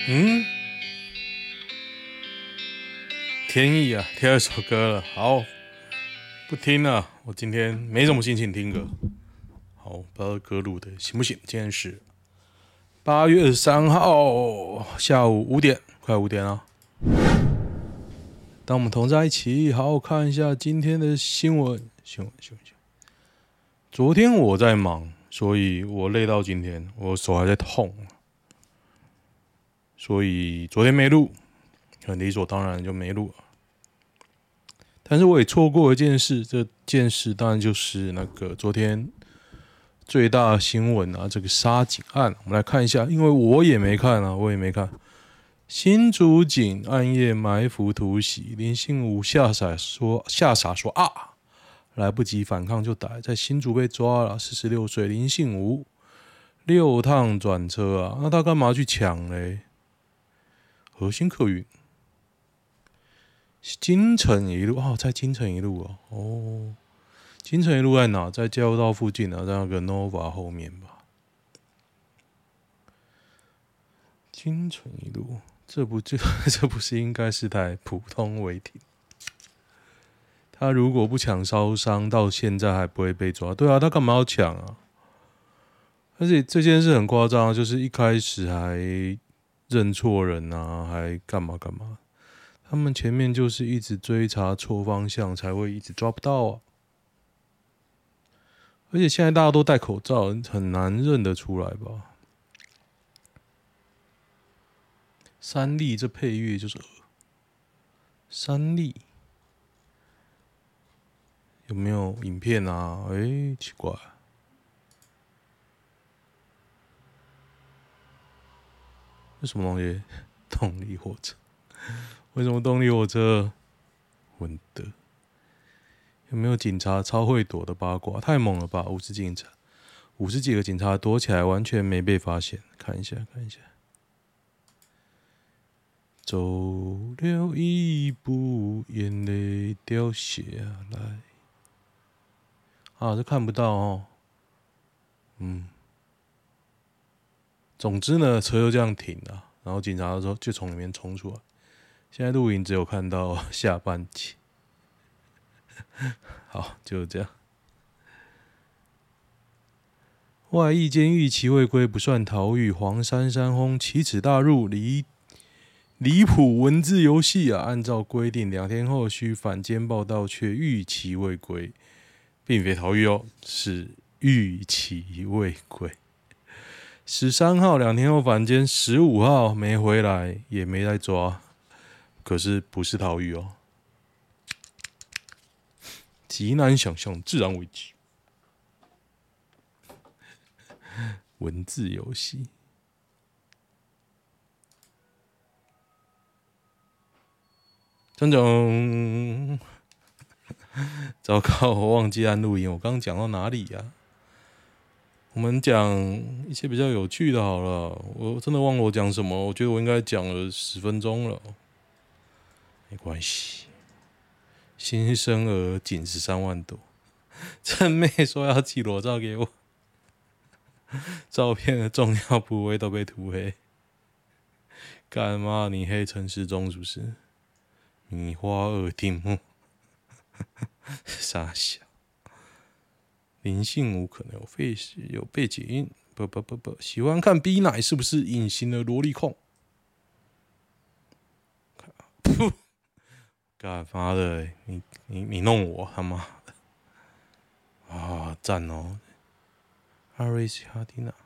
嗯，天意啊，挑一首歌了，好，不听了，我今天没什么心情听歌。好，不知道歌录的行不行？今天是8月23号下午5点，快5点了。当我们同在一起，好好看一下今天的新闻。昨天我在忙，所以我累到今天，我手还在痛，所以昨天没录，很理所当然就没录了。但是我也错过一件事，这件事当然就是那个昨天最大新闻啊，这个杀警案。我们来看一下，因为我也没看啊，新竹警暗夜埋伏突袭，林信武吓傻说啊，来不及反抗就逮，在新竹被抓了。46岁林信武6趟转车啊，那他干嘛去抢嘞？核心客运。金城一路在金城一路金城一路在哪？在交流道附近啊，在那个 Nova 后面吧。金城一路，这不是应该是台普通违停？他如果不抢烧伤，到现在还不会被抓。对啊，他干嘛要抢啊？而且这件事很夸张，就是一开始还认错人啊，还干嘛？他们前面就是一直追查错方向，才会一直抓不到啊。而且现在大家都戴口罩，很难认得出来吧？三立这配乐就是三立，有没有影片啊？奇怪，这什么东西？动力火车？为什么动力火车？混的。有没有警察超会躲的八卦？太猛了吧！50几个警察躲起来，完全没被发现。看一下。走了一步，眼泪掉下来。这看不到哦。总之呢，车就这样停了，然后警察就从里面冲出来。现在录影只有看到下半集。好，就这样。外役监狱其未归不算逃狱，黄珊珊轰奇耻大辱，离谱文字游戏啊！按照规定，2天后需反监报道，却逾期未归，并非逃狱哦，是逾期未归。13号2天后反监，15号没回来，也没来抓，可是不是逃狱哦。极难想象自然危机。文字游戏。糟糕，我忘记按录音。我刚刚讲到哪里呀？我们讲一些比较有趣的好了。我真的忘了我讲什么，我觉得我应该讲了10分钟了。没关系，新生儿仅13万多。正妹说要寄裸照给我，照片的重要部位都被涂黑。干嘛？你黑陈时中是不是？米花二丁目，傻小。林信武可能有背景，不，喜欢看 B 奶是不是隐形的萝莉控？噗！干妈的，你弄我他妈的啊！赞哦，阿瑞斯哈蒂娜。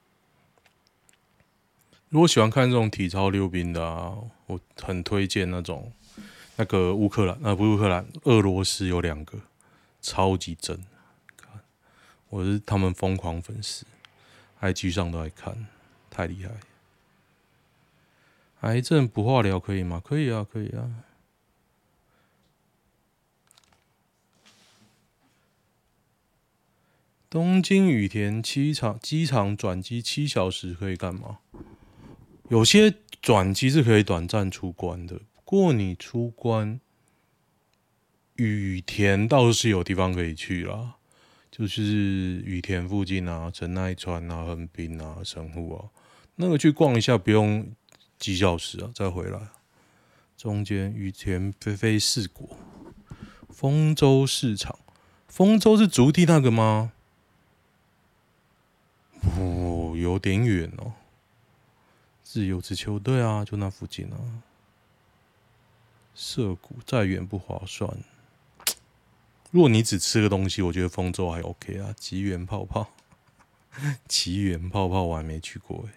如果喜欢看这种体操溜冰的啊，我很推荐那个不是乌克兰，俄罗斯有2个，超级真。我是他们疯狂粉丝 ，IG 上都在看，太厉害。癌症不化疗可以吗？可以啊。东京羽田机场转机7小时可以干嘛？有些转机是可以短暂出关的，不过你出关羽田倒是有地方可以去啦，就是羽田附近啊，陈奈川啊、横滨啊、神户啊，那个去逛一下不用几小时啊，再回来。中间羽田飞四国，丰州市场，丰州是竹地那个吗？哦，有点远哦。自由之丘，对啊，就那附近啊。涩谷再远不划算。如果你只吃个东西，我觉得丰州还 OK 啊。吉原泡泡，吉原泡泡我还没去过哎。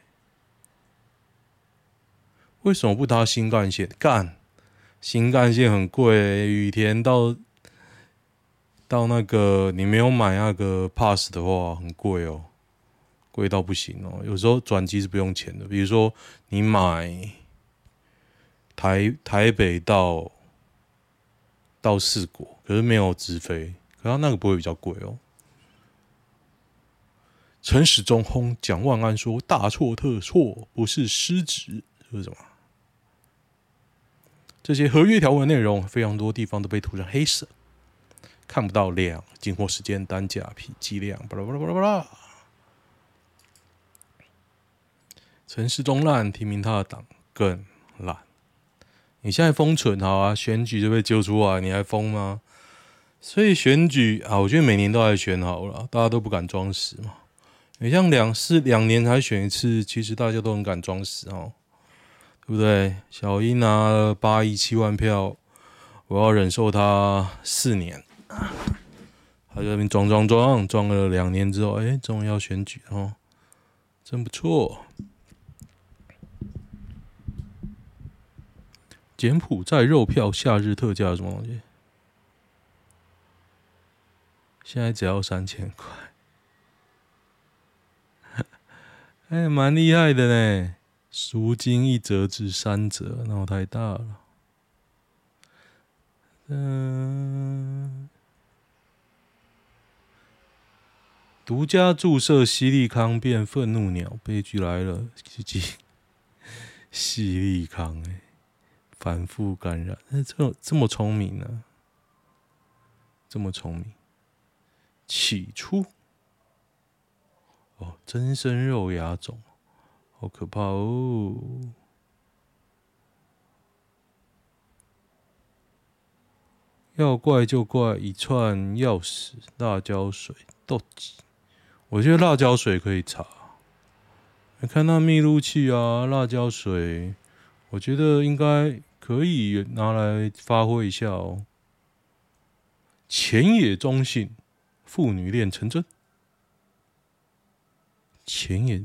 为什么不搭新干线？干，新干线很贵欸，羽田到那个你没有买那个 pass 的话，很贵哦，贵到不行哦。有时候转机是不用钱的，比如说你买台北到四国，可是没有直飞，可是它那个不会比较贵哦。陈时中轰蒋万安说大错特错，不是失职，这是什么？这些合约条文内容非常多地方都被涂成黑色，看不到量、进货时间、单价、批计量，巴拉巴拉巴拉巴拉。陈时中烂，提名他的党更烂。你现在封存好啊，选举就被揪出来，你还封吗？所以选举啊，我觉得每年都还选好了，大家都不敢装死嘛。你像两年才选一次，其实大家都很敢装死哦，对不对？小英拿了8亿7万票，我要忍受他4年，他在那边装了2年之后，终于要选举哦，真不错。柬埔寨肉票夏日特价什么东西？现在只要3000块，蛮厉害的呢。赎金1折至3折，那我太大了。独家注射西利康变愤怒鸟，悲剧来了！西利康反复感染，这么聪明呢、这么聪明。起初，增生肉芽肿，好可怕哦！要怪就怪一串钥匙、辣椒水、豆豉。我觉得辣椒水可以查。你看那密录器啊，辣椒水，我觉得应该可以拿来发挥一下哦。前野中信，父女恋成真。前野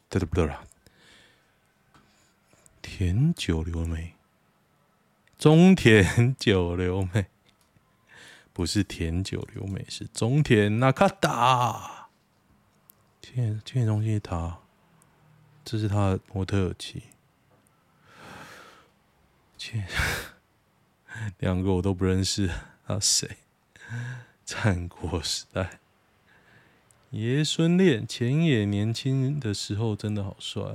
田久留美，中田久留美，不是田久留美，是中田那卡达。前野中信是他，这是他的模特儿妻。2个我都不认识，他谁？战国时代。爷孙恋，前野年轻的时候真的好帅。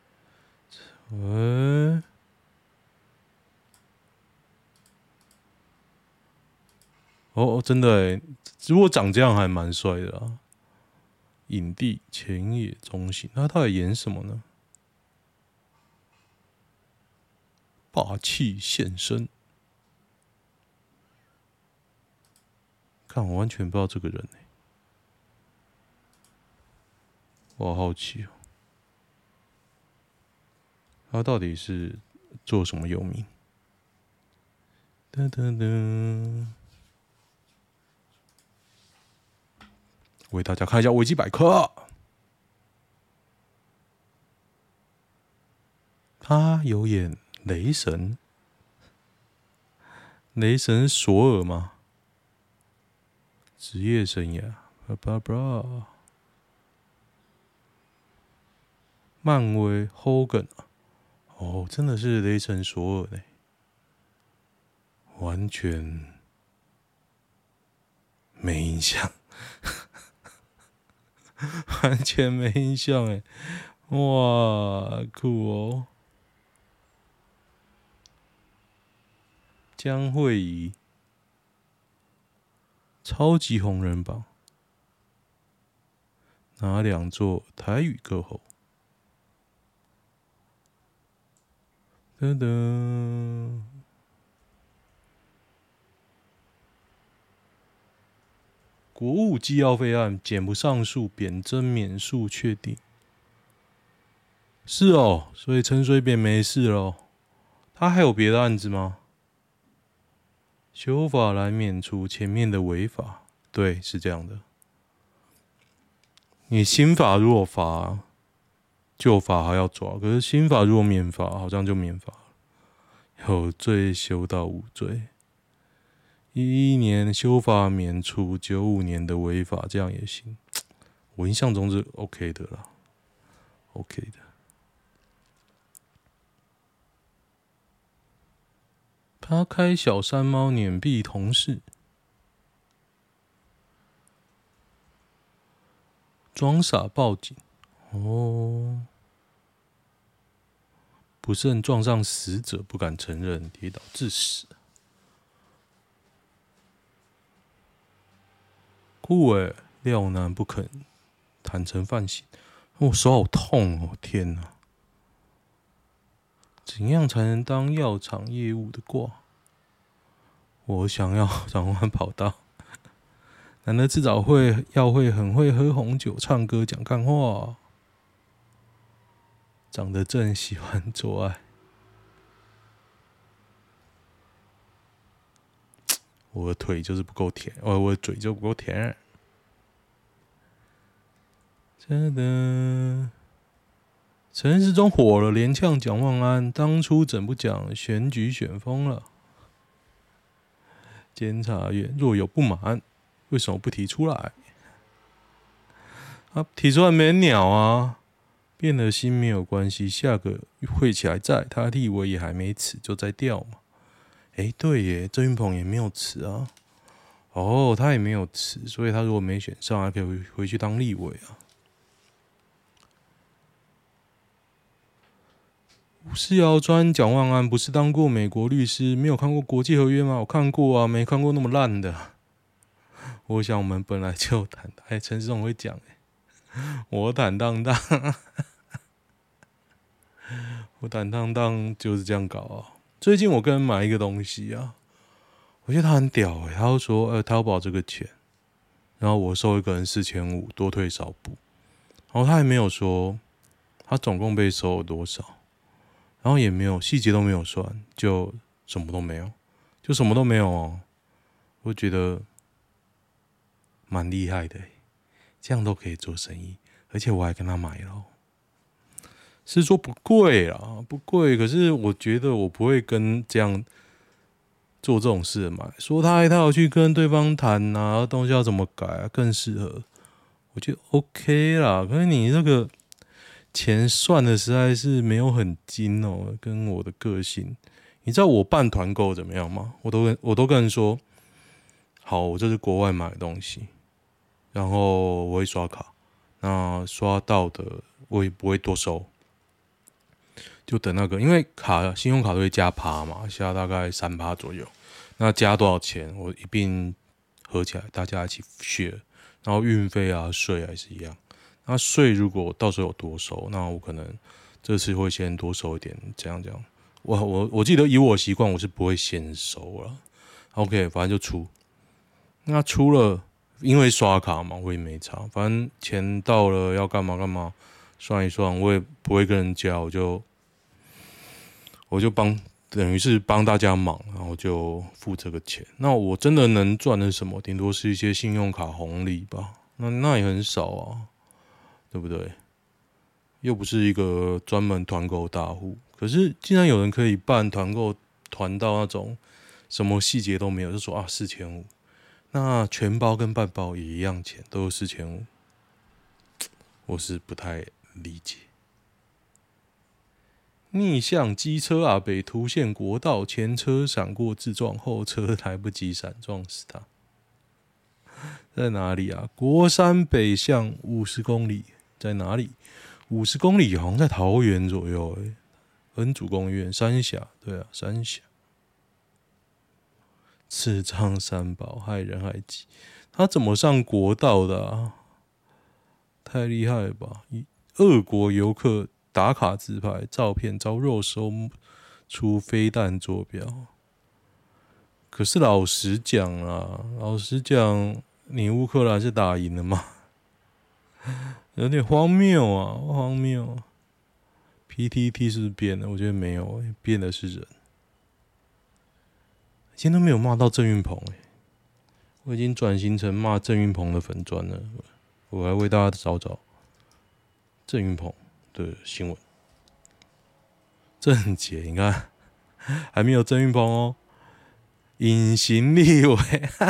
真的如果长这样还蛮帅的啊。影帝前野中信，那他在演什么呢？霸气现身。看，我完全不知道这个人我好好奇哦，他到底是做什么有名？为大家看一下维基百科。他有演雷神，雷神索尔吗？职业生涯，漫威 Hogan 真的是雷神索尔完全没印象，完全没印象哇，酷哦！江蕙怡，超级红人榜，哪2座台语歌后？ 噔噔。国务机要费案检不上诉，贬征免诉确定。是哦，所以陈水扁没事咯。他还有别的案子吗？修法来免除前面的违法，对，是这样的。你新法如果罚，旧法还要抓，可是新法如果免罚，好像就免罚了。有罪修到无罪。11年修法免除95年的违法，这样也行。我印象中是 OK 的啦 ，OK 的。他开小山猫碾毙同事，装傻报警。哦，不慎撞上死者，不敢承认，跌倒致死。酷欸，廖男不肯坦诚犯行，我手好痛哦！天哪，怎样才能当药厂业务的挂？我想要转换跑道。男的至少要会很会喝红酒、唱歌、讲干话。长得正，喜欢做爱。我的腿就是不够甜，我的嘴就不够甜。真的，陈时中火了，连呛蒋万安，当初怎不讲选举选疯了？监察院若有不满，为什么不提出来？提出来没鸟啊！变了心没有关系，下个会起来在，他立委也还没辞，就在调嘛。对耶，郑运鹏也没有辞啊。哦，他也没有辞，所以他如果没选上，还可以回去当立委啊。是谣专蒋万安不是当过美国律师，没有看过国际合约吗？我看过啊，没看过那么烂的。我想我们本来就坦荡，陈时中会讲我坦荡荡，我坦荡荡就是这样搞啊。最近我跟人买一个东西啊，我觉得他很屌他就说他要保这个钱，然后我收一个人4500，多退少补，然后他也没有说他总共被收了多少，然后也没有细节都没有算，就什么都没有，就什么都没有哦。我觉得蛮厉害的这样都可以做生意，而且我还跟他买了。是说不贵啦，不贵，可是我觉得我不会跟这样做这种事的买。说他要去跟对方谈啊，东西要怎么改啊，更适合。我觉得 OK 啦，可是你这个钱算的实在是没有很精哦，跟我的个性。你知道我办团购怎么样吗？我都跟人说，好，我这是国外买的东西，然后我会刷卡，那刷到的我也不会多收。就等那个，因为信用卡都会加趴嘛，加大概3%左右。那加多少钱，我一并合起来，大家一起 share。然后运费啊、税啊也是一样。那税如果到时候有多收，那我可能这次会先多收一点，这样。我记得以我习惯，我是不会先收了。OK， 反正就出。那出了，因为刷卡嘛，我也没差，反正钱到了要干嘛，算一算，我也不会跟人家，我就等于是帮大家忙，然后就付这个钱。那我真的能赚的是什么？顶多是一些信用卡红利吧。那也很少啊，对不对？又不是一个专门团购大户。可是竟然有人可以办团购团到那种什么细节都没有，就说4500，那全包跟半包也一样钱，都是4500，我是不太理解。逆向机车阿北突现国道，前车闪过自撞，后车来不及闪，撞死他。在哪里啊？国山北向50公里，在哪里？50公里好像在桃园左右恩主公园三峡，对啊，三峡。智障三宝害人害己，他怎么上国道的啊？太厉害了吧！俄国游客打卡自拍照片遭肉搜出飞弹坐标。可是老实讲啊，你乌克兰是打赢了吗？有点荒谬啊，荒谬。PTT 是不是变了？我觉得没有，变的是人。今天都没有骂到郑运鹏我已经转型成骂郑运鹏的粉专了。我来为大家找找郑运鹏的新闻。郑杰，你看还没有郑运鹏哦。隐形立委，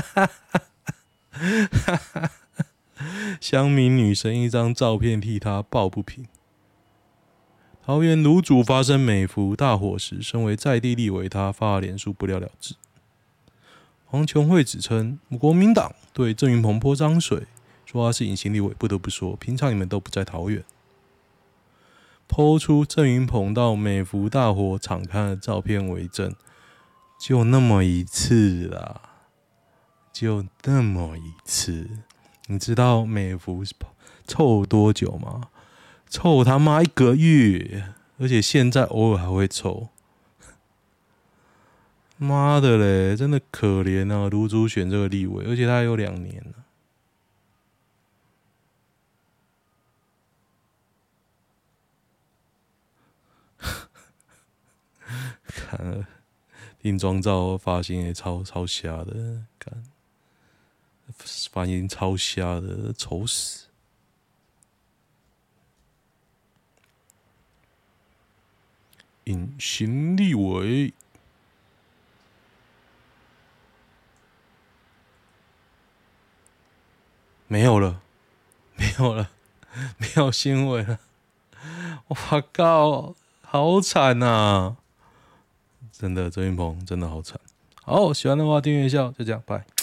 乡民女神一张照片替他抱不平。桃园卤煮发生美孚大火时，身为在地立委，他发脸书不了了之。黄琼慧指称国民党对郑运鹏泼脏水，说他是隐形立委。不得不说，平常你们都不在桃园。抛出郑运鹏到美孚大火场看的照片为证，就那么一次啦，就那么一次。你知道美孚臭多久吗？臭他妈1个月，而且现在偶尔还会臭。妈的嘞，真的可怜啊！卢竹选这个立委，而且他还有2年了。看了定妆照，发型也超瞎的，看发型超瞎的，丑死！隐形立委没有了，没有新闻了。我靠，好惨啊！真的，郑运鹏真的好惨。好，喜欢的话订阅一下，就这样，拜。